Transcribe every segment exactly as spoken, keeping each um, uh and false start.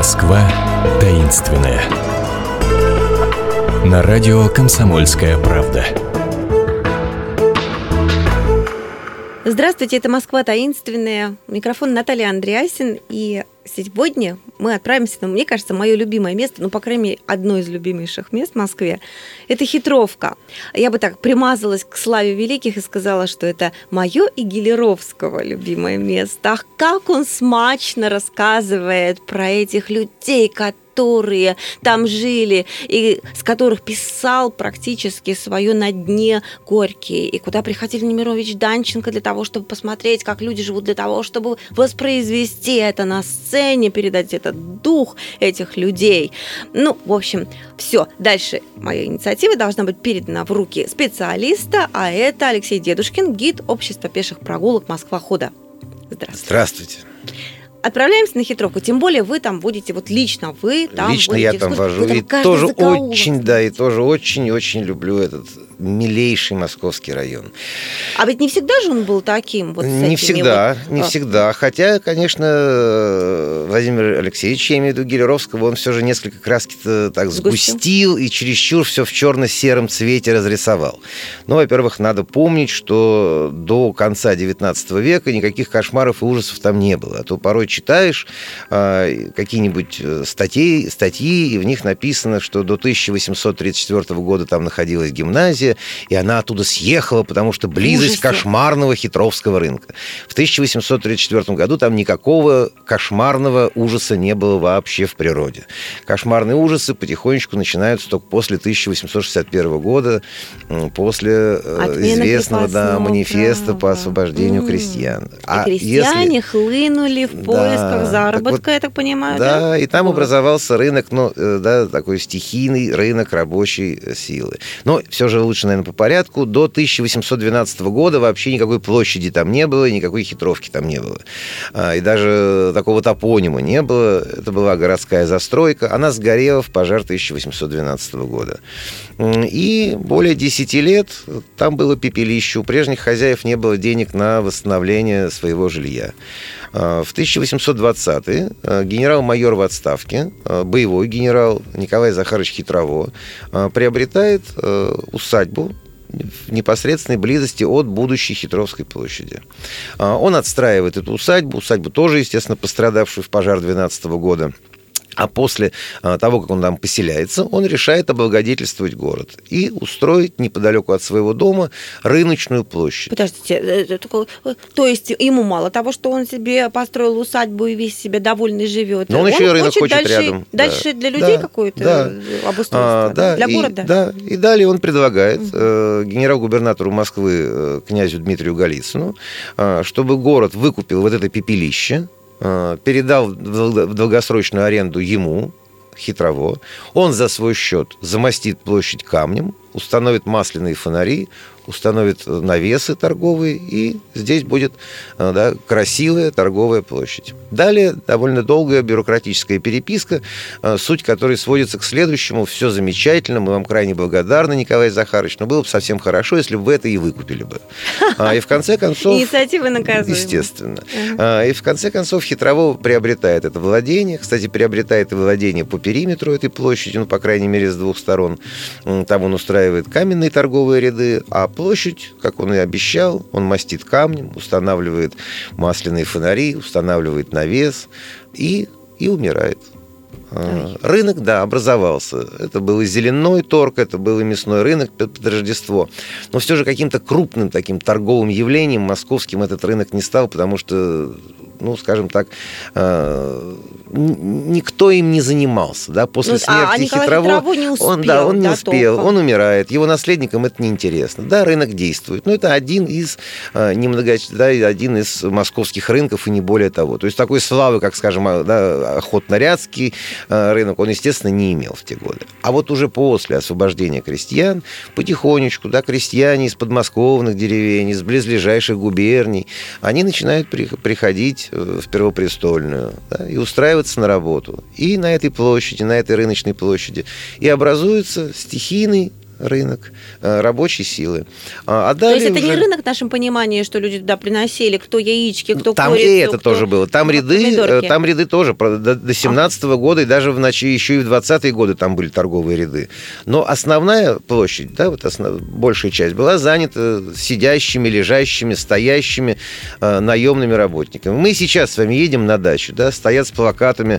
Москва таинственная. На радио «Комсомольская правда». Здравствуйте, это «Москва таинственная». Микрофон Наталья Андреасин. И сегодня мы отправимся, ну, мне кажется, мое любимое место, ну, по крайней мере, одно из любимейших мест в Москве. Это Хитровка. Я бы так примазалась к славе великих и сказала, что это мое и Гелеровского любимое место. Ах, как он смачно рассказывает про этих людей, которые которые там жили, и с которых писал практически свое «На дне» Горький, и куда приходили Немирович, Данченко для того, чтобы посмотреть, как люди живут, для того, чтобы воспроизвести это на сцене, передать этот дух этих людей. Ну, в общем, все. Дальше моя инициатива должна быть передана в руки специалиста, а это Алексей Дедушкин, гид общества пеших прогулок «Москва-хода». Здравствуйте. Здравствуйте. Отправляемся на Хитровку, тем более вы там будете, вот лично вы там Лично будете. я там вожу, там и тоже очень, да, и тоже очень-очень люблю этот милейший московский район. А ведь не всегда же он был таким? Вот не всегда, вот... не всегда. Хотя, конечно, Владимир Алексеевич, я имею в виду Гелеровского, он все же несколько краски-то так сгустил, сгустил и чересчур все в черно-сером цвете разрисовал. Ну, во-первых, надо помнить, что до конца девятнадцатого века никаких кошмаров и ужасов там не было. А то порой читаешь э, какие-нибудь статьи, статьи, и в них написано, что до тысяча восемьсот тридцать четвёртого года там находилась гимназия, и она оттуда съехала, потому что близость Ужасы. кошмарного Хитровского рынка. В тысяча восемьсот тридцать четвёртом году там никакого кошмарного ужаса не было вообще в природе. Кошмарные ужасы потихонечку начинаются только после тысяча восемьсот шестьдесят первого года, после Отмена известного да, манифеста права. по освобождению mm. крестьян. И а крестьяне если... хлынули в поисках да, заработка, так вот, я так понимаю, да? Да, и там вот. образовался рынок, ну, да, такой стихийный рынок рабочей силы. Но все же лучше, наверное, по порядку. До тысяча восемьсот двенадцатого года вообще никакой площади там не было, никакой Хитровки там не было. И даже такого топонима не было. Это была городская застройка. Она сгорела в пожар тысяча восемьсот двенадцатого года. И более десяти лет там было пепелище. У прежних хозяев не было денег на восстановление своего жилья. В тысяча восемьсот двадцатые генерал-майор в отставке, боевой генерал Николай Захарович Хитрово, приобретает усадьбу в непосредственной близости от будущей Хитровской площади. Он отстраивает эту усадьбу, усадьбу тоже, естественно, пострадавшую в пожар двенадцатого года. А после того, как он там поселяется, он решает облагодетельствовать город и устроить неподалеку от своего дома рыночную площадь. Подождите, то есть ему мало того, что он себе построил усадьбу и весь себе довольный живет, но он, он еще и рынок хочет дальше, рядом. Дальше да. для людей да. какое-то да. обустройство? А, да. Для и, города? Да, и далее он предлагает угу. э, генерал-губернатору Москвы князю Дмитрию Голицыну, э, чтобы город выкупил вот это пепелище, передал в долгосрочную аренду ему, Хитрово. Он за свой счет замостит площадь камнем, установит масляные фонари, установит навесы торговые, и здесь будет да, красивая торговая площадь. Далее довольно долгая бюрократическая переписка, суть которой сводится к следующему. Все замечательно, мы вам крайне благодарны, Николай Захарович, но было бы совсем хорошо, если бы вы это и выкупили бы. И в конце концов... Инициатива наказуема. Естественно. И в конце концов Хитрово приобретает это владение. Кстати, приобретает и владение по периметру этой площади, ну, по крайней мере, с двух сторон. Там он устраивает каменные торговые ряды, а площадь, как он и обещал, он мастит камнем, устанавливает масляные фонари, устанавливает навес и, и умирает. Ой. Рынок, да, образовался. Это был и зеленой торг, это был и мясной рынок под Рождество. Но все же каким-то крупным таким торговым явлением московским этот рынок не стал, потому что, ну, скажем так, никто им не занимался. Да? После ну, смерти а Хитрово не успел, он, да, он не да, успел, толком. Он умирает, его наследникам это неинтересно. Да, рынок действует, но это один из, немного, да, один из московских рынков и не более того. То есть такой славы, как, скажем, да, Охотно-Рядский рынок, он, естественно, не имел в те годы. А вот уже после освобождения крестьян потихонечку, да, крестьяне из подмосковных деревень, из близлежащих губерний, они начинают приходить в Первопрестольную, да, и устраиваться на работу. И на этой площади, на этой рыночной площади. И образуется стихийный рынок рабочей силы. А далее То есть это уже... не рынок в нашем понимании, что люди туда приносили, кто яички, кто там курицу, и это кто тоже было. Там ряды, помидорки. там ряды тоже до, до семнадцатого года и даже в ночи, еще и в двадцатые годы там были торговые ряды. Но основная площадь, да, вот основ... большая часть была занята сидящими, лежащими, стоящими э, наемными работниками. Мы сейчас с вами едем на дачу, да, стоят с плакатами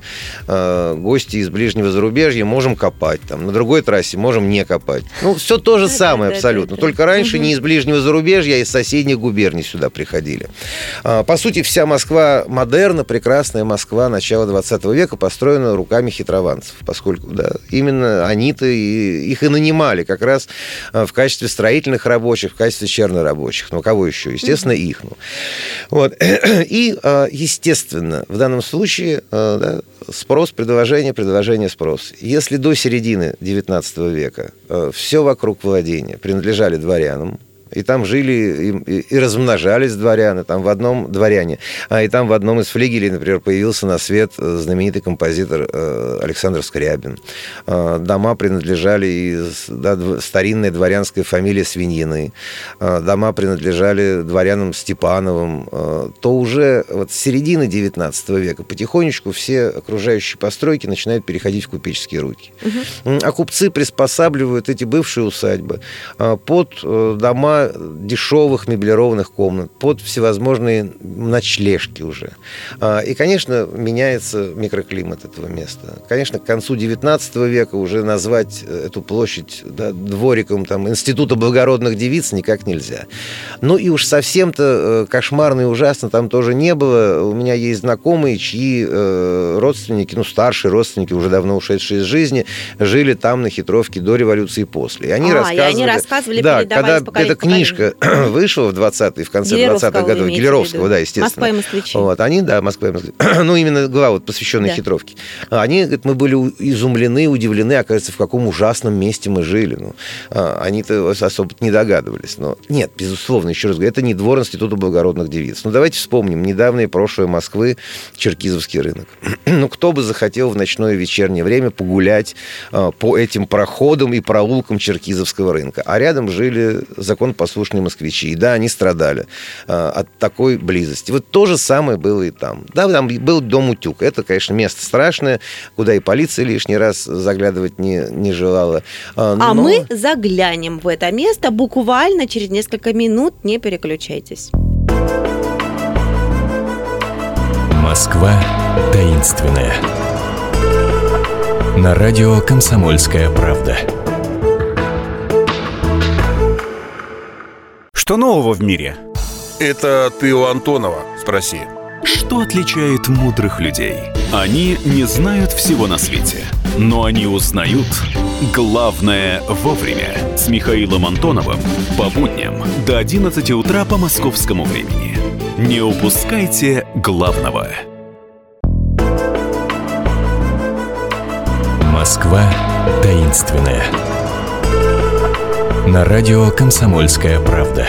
э, гости из ближнего зарубежья, можем копать. Там, на другой трассе можем не копать. Ну, все то же самое абсолютно. Только раньше не из ближнего зарубежья, а из соседних губерний сюда приходили. По сути, вся Москва модерна, прекрасная Москва начала двадцатого века построена руками хитрованцев, поскольку да, именно они-то и, их и нанимали как раз в качестве строительных рабочих, в качестве чернорабочих. Ну, кого еще? Естественно, их. Ну. Вот. И, естественно, в данном случае да, спрос, предложение, предложение, спрос. Если до середины девятнадцатого века все вокруг владения принадлежали дворянам, и там жили и, и размножались дворяне, там в одном дворяне, а и там в одном из флигелей, например, появился на свет знаменитый композитор э, Александр Скрябин. Э, дома принадлежали из да, старинной дворянской фамилии Свиньины, э, дома принадлежали дворянам Степановым, э, то уже вот с середины девятнадцатого века потихонечку все окружающие постройки начинают переходить в купеческие руки. Угу. А купцы приспосабливают эти бывшие усадьбы э, под э, дома дешевых меблированных комнат, под всевозможные ночлежки уже. И, конечно, меняется микроклимат этого места. Конечно, к концу девятнадцатого века уже назвать эту площадь да, двориком там, Института благородных девиц никак нельзя. Ну и уж совсем-то кошмарно и ужасно там тоже не было. У меня есть знакомые, чьи родственники, ну, старшие родственники, уже давно ушедшие из жизни, жили там на Хитровке до революции и после. И они а, рассказывали... И они рассказывали, да, передавали когда эта книжка вышла в двадцатые, в конце двадцатых годов, Гелеровского, да, естественно. Москва и москвичи. Вот, они, да, Москва и москвичи. Ну, именно глава, вот, посвященная да. Хитровке. Они, говорят, мы были изумлены, удивлены, оказывается, в каком ужасном месте мы жили. Ну, они-то особо не догадывались. Но нет, безусловно, еще раз говорю, это не двор Института благородных девиц. Ну, давайте вспомним недавнее прошлое Москвы, Черкизовский рынок. Ну, кто бы захотел в ночное вечернее время погулять по этим проходам и проулкам Черкизовского рынка. А рядом жили законопослушные москвичи. И да, они страдали а, от такой близости. Вот то же самое было и там. Да, там был дом Утюг. Это, конечно, место страшное, куда и полиция лишний раз заглядывать не, не желала. А, но... а мы заглянем в это место буквально через несколько минут. Не переключайтесь. Москва таинственная. На радио «Комсомольская правда». Что нового в мире? Это ты у Антонова спроси. Что отличает мудрых людей? Они не знают всего на свете, но они узнают главное вовремя. С Михаилом Антоновым по будням до одиннадцати утра по московскому времени. Не упускайте главного. Москва таинственная. На радио «Комсомольская правда».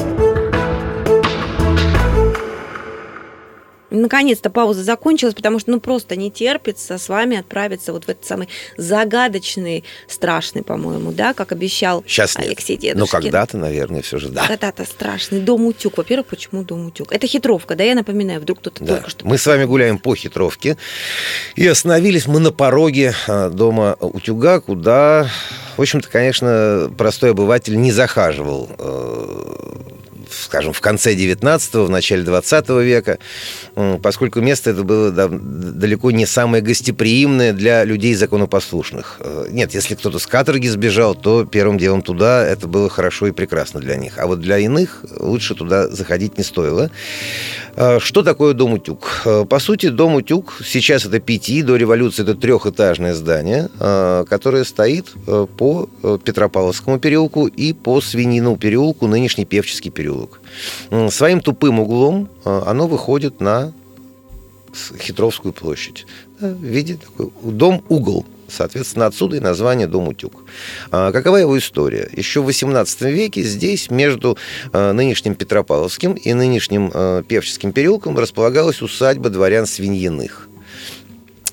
Наконец-то пауза закончилась, потому что ну просто не терпится с вами отправиться вот в этот самый загадочный, страшный, по-моему, да, как обещал Сейчас Алексей нет. Дедушкин. Ну, когда-то, наверное, все же, да. Когда-то страшный дом Утюг. Во-первых, почему дом Утюг? Это Хитровка, да, я напоминаю, вдруг кто-то да. только что... Мы с вами гуляем по Хитровке, и остановились мы на пороге дома Утюга, куда, в общем-то, конечно, простой обыватель не захаживал, скажем, в конце девятнадцатого, в начале двадцатого века, поскольку место это было далеко не самое гостеприимное для людей законопослушных. Нет, если кто-то с каторги сбежал, то первым делом туда это было хорошо и прекрасно для них. А вот для иных лучше туда заходить не стоило. Что такое дом Утюг? По сути, дом Утюг сейчас это пяти, до революции это трехэтажное здание, которое стоит по Петропавловскому переулку и по Свиньиному переулку, нынешний Певческий переулок. Своим тупым углом оно выходит на Хитровскую площадь в виде такой дом-угол. Соответственно, отсюда и название «Дом Утюг». А какова его история? Еще в восемнадцатом веке здесь между а, нынешним Петропавловским и нынешним а, Певческим переулком располагалась усадьба дворян Свиньиных.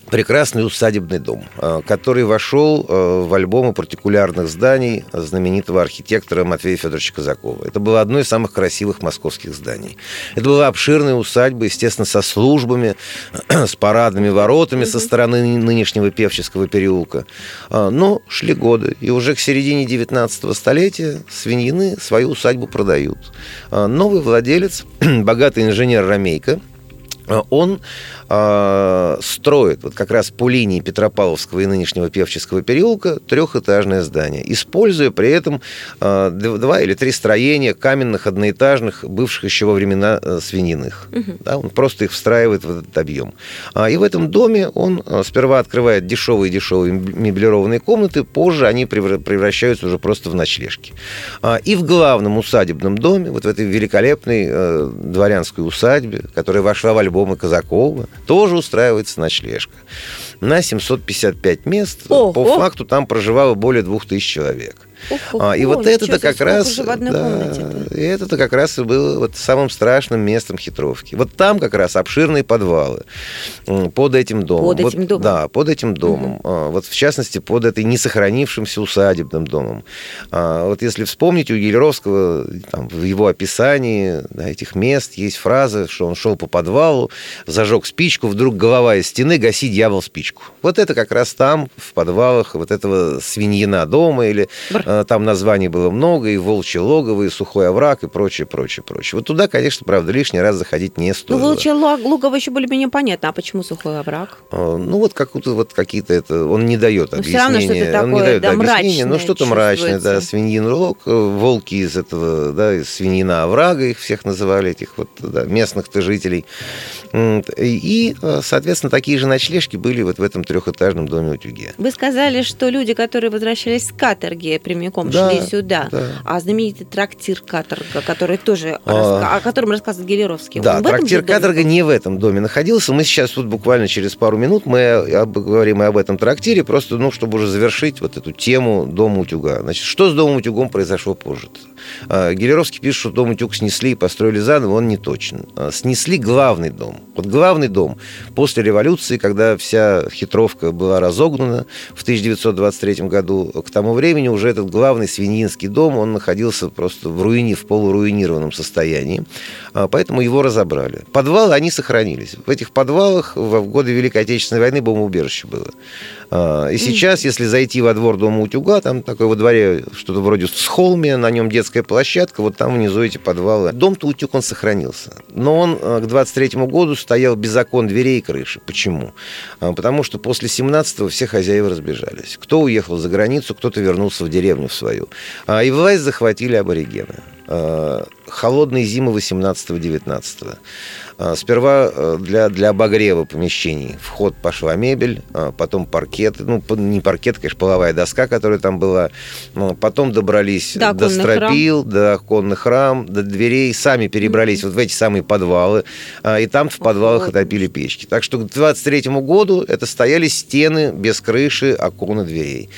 прекрасный усадебный дом, который вошел в альбомы партикулярных зданий знаменитого архитектора Матвея Федоровича Казакова. Это было одно из самых красивых московских зданий. Это была обширная усадьба, естественно, со службами, с парадными воротами со стороны нынешнего Певческого переулка. Но шли годы, и уже к середине девятнадцатого столетия свиньины свою усадьбу продают. Новый владелец, богатый инженер Ромейко, он э, строит вот как раз по линии Петропавловского и нынешнего Певческого переулка трехэтажное здание, используя при этом э, два или три строения каменных одноэтажных, бывших еще во времена э, свининых. Угу. Да, он просто их встраивает в этот объем. А, и в этом доме он э, сперва открывает дешевые-дешевые меблированные комнаты, позже они превращаются уже просто в ночлежки. А, и в главном усадебном доме, вот в этой великолепной э, дворянской усадьбе, которая вошла в альбом Казакова, тоже устраивается ночлежка. На семьсот пятьдесят пять мест. О, по о. факту там проживало более двух тысяч человек. Ох, а, и о, вот это-то как раз, да, и это-то как раз и было вот самым страшным местом хитровки. Вот там как раз обширные подвалы под этим домом. Под вот, этим домом. Да, под этим домом. Угу. Вот в частности под этой несохранившимся усадебным домом. А, вот если вспомнить, у Гелеровского там, в его описании да, этих мест есть фраза, что он шел по подвалу, зажег спичку, вдруг голова из стены, гаси, дьявол, спичку. Вот это как раз там, в подвалах вот этого свиньина дома или... Бр. Там названий было много, и Волчье логово, и Сухой овраг, и прочее, прочее, прочее. Вот туда, конечно, правда, лишний раз заходить не стоило. Ну, Волчье логово еще более-менее понятно. А почему Сухой овраг? Ну, вот как-то вот какие-то это... Он не дает но объяснения. Все равно что-то такое, он не дает да, объяснения, но что-то мрачное, да, чувствуется. свиньин лог, волки из этого, да, из свинина оврага, их всех называли, этих вот да, местных-то жителей. И, соответственно, такие же ночлежки были вот в этом трехэтажном доме Утюге. Вы сказали, что люди, которые возвращались с каторги, прямиком Да, шли сюда. Да. А знаменитый трактир «Каторга», который тоже а... раска... о котором рассказывает Гелеровский. Да, трактир «Каторга» не в этом доме находился. Мы сейчас тут буквально через пару минут мы говорим и об этом трактире, просто, ну, чтобы уже завершить вот эту тему дома Утюга. Значит, что с домом Утюгом произошло позже? Гелеровский пишет, что дом Утюг снесли и построили заново, он не точен. Снесли главный дом. Вот главный дом после революции, когда вся хитровка была разогнана в тысяча девятьсот двадцать третьем году, к тому времени уже этот главный свиньинский дом, он находился просто в руине, в полуруинированном состоянии, поэтому его разобрали. Подвалы, они сохранились. В этих подвалах в годы Великой Отечественной войны бомбоубежище было. И сейчас, если зайти во двор дома Утюга, там такой во дворе что-то вроде всхолме, на нем детская площадка, вот там внизу эти подвалы. Дом-то Утюг, он сохранился. Но он к двадцать третьему году стоял без окон, дверей и крыши. Почему? Потому что после семнадцатого все хозяева разбежались. Кто уехал за границу, кто-то вернулся в деревню в свою. И власть захватили аборигены. Холодные зимы восемнадцатого-девятнадцатого. Сперва для, для обогрева помещений в ход пошла мебель, потом паркет, ну, не паркет, конечно, половая доска, которая там была, потом добрались до, до стропил, храм. до оконных рам, до дверей, сами перебрались mm-hmm. вот в эти самые подвалы, и там в подвалах отопили печки. Так что к двадцать третьему году это стояли стены без крыши, окон и дверей.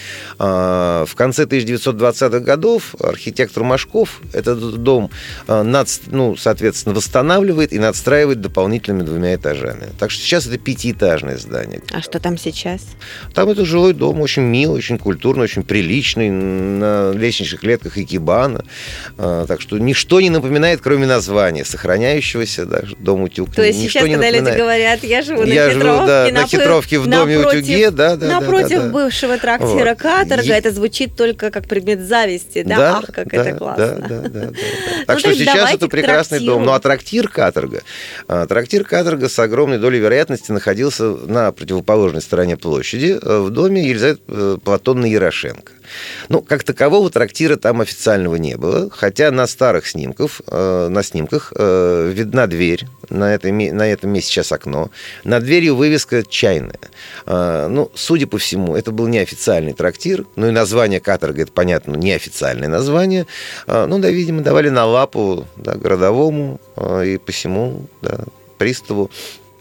В конце тысяча девятьсот двадцатых годов архитектор Машков этот дом, ну, соответственно, восстанавливает и надстраивает дополнительными двумя этажами. Так что сейчас это пятиэтажное здание. А что там сейчас? Там это жилой дом, очень милый, очень культурный, очень приличный, на лестничных клетках икебана. Так что ничто не напоминает, кроме названия, сохраняющегося да, дом Утюг. То есть сейчас, когда люди говорят, я живу на я Хитровке, живу, да, на Хитровке в доме напротив, Утюге, да, да, напротив да, да, бывшего трактира вот. «Каторга», Е... это звучит только как предмет зависти, да? да Ах, как да, это классно. Да, да, да, да, да. Так что сейчас это прекрасный дом. Ну, а трактир «Каторга», трактир «Каторга» с огромной долей вероятности находился на противоположной стороне площади в доме Елизаветы Платоновны Ярошенко. Ну, как такового трактира там официального не было, хотя на старых снимках, на снимках видна дверь, на, этой, на этом месте сейчас окно, над дверью вывеска «Чайная». Ну, судя по всему, это был неофициальный трактир, ну и название «Каторга» — это, понятно, неофициальное название, ну, да, видимо, давали на лапу да, городовому и посему, да, приставу.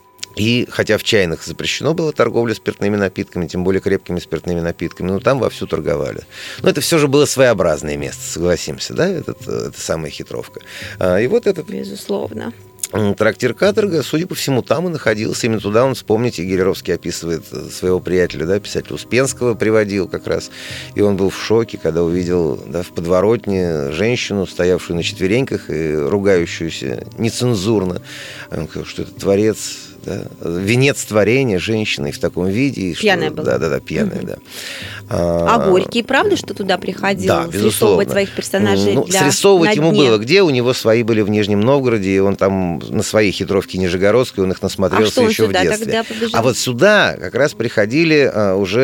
И хотя в чайных запрещено было торговля спиртными напитками, тем более крепкими спиртными напитками, но там вовсю торговали. Но это все же было своеобразное место, согласимся, да, это, это самая хитровка. И вот это... Безусловно. Трактир «Каторга», судя по всему, там и находился. Именно туда он, вспомните, Гелеровский описывает своего приятеля, да, писателя Успенского приводил как раз. И он был в шоке, когда увидел, да, в подворотне женщину, стоявшую на четвереньках и ругающуюся нецензурно. Он сказал, что это творец, да, венец творения женщины в таком виде. Пьяная была. Да-да-да, пьяная, угу. да. А, а Горький, правда, что туда приходил? Да, срисовывать своих персонажей ну, для срисовывать ему дне. было где. У него свои были в Нижнем Новгороде, и он там на свои хитровки Нижегородской, он их насмотрелся а еще сюда в детстве. Тогда побежал? А вот сюда как раз приходили а, уже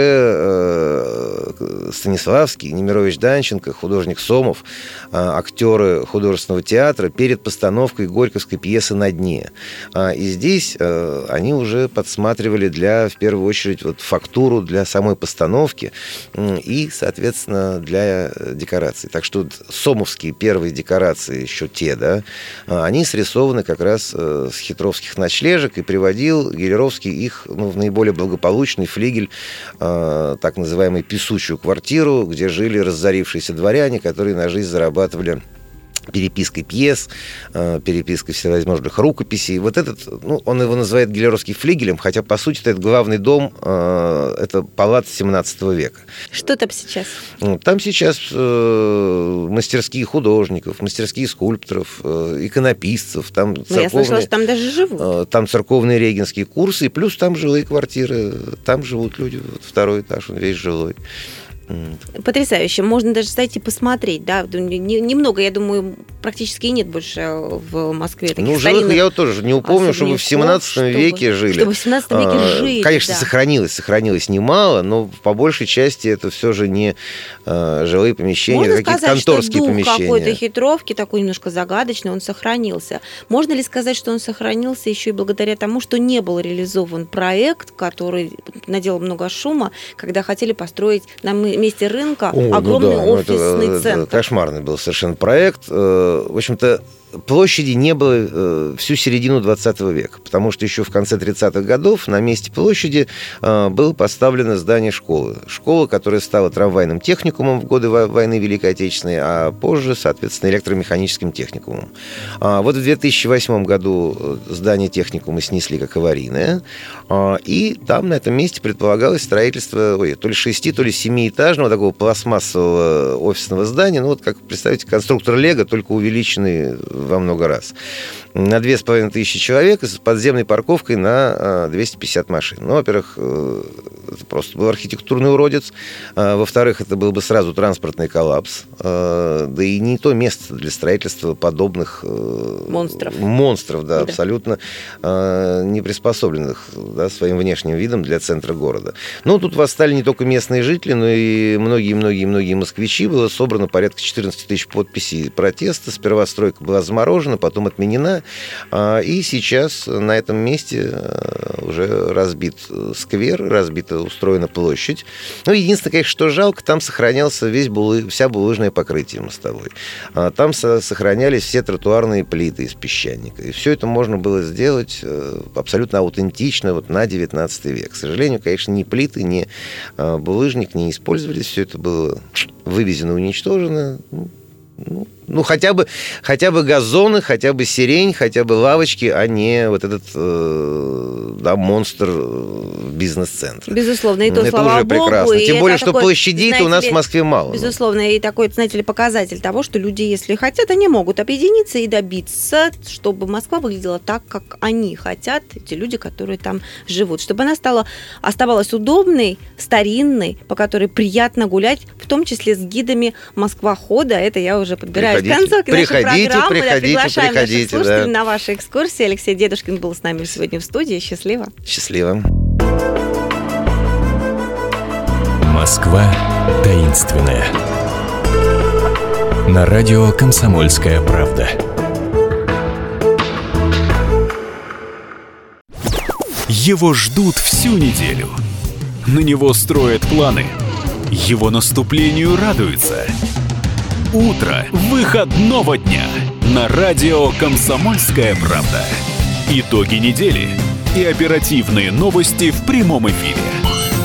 а, Станиславский, Немирович Данченко, художник Сомов, а, актеры художественного театра перед постановкой горьковской пьесы «На дне». А, и здесь а, они уже подсматривали для, в первую очередь, вот, фактуру для самой постановки и, соответственно, для декораций. Так что сомовские первые декорации, еще те, да, они срисованы как раз с хитровских ночлежек, и приводил Гелеровский их, ну, в наиболее благополучный флигель, так называемую песучую квартиру, где жили разорившиеся дворяне, которые на жизнь зарабатывали перепиской пьес, перепиской всевозможных рукописей. Вот этот, ну, он его называет Гелеровский флигелем, хотя, по сути, это главный дом, это палац семнадцатого века. Что там сейчас? Там сейчас мастерские художников, мастерские скульпторов, иконописцев. Там ну, я слышала, что там даже живут. Там церковные регенские курсы, и плюс там жилые квартиры. Там живут люди, вот второй этаж, он весь жилой. Потрясающе. Можно даже зайти посмотреть, да. Немного, я думаю, практически нет больше в Москве таких ну, старинных. Жилых я вот тоже не упомню, чтобы в семнадцатом веке жили. Чтобы в семнадцатом веке а, жили, конечно, да. сохранилось, сохранилось немало, но по большей части это все же не а, жилые помещения, Можно это какие-то сказать, конторские что дух помещения. какой-то хитровки, такой немножко загадочный, он сохранился. Можно ли сказать, что он сохранился еще и благодаря тому, что не был реализован проект, который наделал много шума, когда хотели построить на месте рынка О, огромный ну да, офисный это, центр. Это кошмарный был совершенно проект. В общем-то, площади не было всю середину двадцатого века, потому что еще в конце тридцатых годов на месте площади было поставлено здание школы. Школа, которая стала трамвайным техникумом в годы войны Великой Отечественной, а позже, соответственно, электромеханическим техникумом. Вот в две тысячи восьмом году здание техникума снесли как аварийное, и там на этом месте предполагалось строительство ой, то ли шести, то ли семиэтажного такого пластмассового офисного здания. Ну вот, как представьте, конструктор Лего, только увеличенный во много раз. На две с половиной тысячи человек с подземной парковкой на двести пятьдесят машин. Ну, во-первых, это просто был архитектурный уродец. Во-вторых, это был бы сразу транспортный коллапс. Да и не то место для строительства подобных монстров. Монстров, да, да. абсолютно не приспособленных, да, своим внешним видом для центра города. Ну, тут восстали не только местные жители, но и многие-многие-многие москвичи. Было собрано порядка четырнадцать тысяч подписей протеста. Сперва стройка была заморожена, потом отменена. И сейчас на этом месте уже разбит сквер, разбита, устроена площадь. Ну, единственное, конечно, что жалко, там сохранялся весь булы, вся булыжное покрытие мостовой. Там сохранялись все тротуарные плиты из песчаника. И все это можно было сделать абсолютно аутентично вот на девятнадцатый век. К сожалению, конечно, ни плиты, ни булыжник не использовались. Все это было вывезено, уничтожено. Ну, ну хотя бы, хотя бы газоны, хотя бы сирень, хотя бы лавочки, а не вот этот э, да, монстр бизнес-центра. Безусловно, и то, это слава уже богу. прекрасно. Тем более, что такой, площадей-то у нас ли, в Москве мало. Безусловно, и такой, знаете ли, показатель того, что люди, если хотят, они могут объединиться и добиться, чтобы Москва выглядела так, как они хотят, эти люди, которые там живут. Чтобы она стала, оставалась удобной, старинной, по которой приятно гулять, в том числе с гидами Москва-хода. Это я уже подбираю к концовке нашей приходите, программы. Приходите, да, приглашаем приходите, наших слушателей да. на ваши экскурсии. Алексей Дедушкин был с нами сегодня в студии. Счастливо. Счастливо. Москва таинственная. На радио «Комсомольская правда». Его ждут всю неделю. На него строят планы. Его наступлению радуются. Утро выходного дня на радио «Комсомольская правда». Итоги недели и оперативные новости в прямом эфире.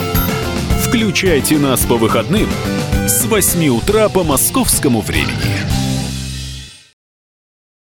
Включайте нас по выходным с восьми утра по московскому времени.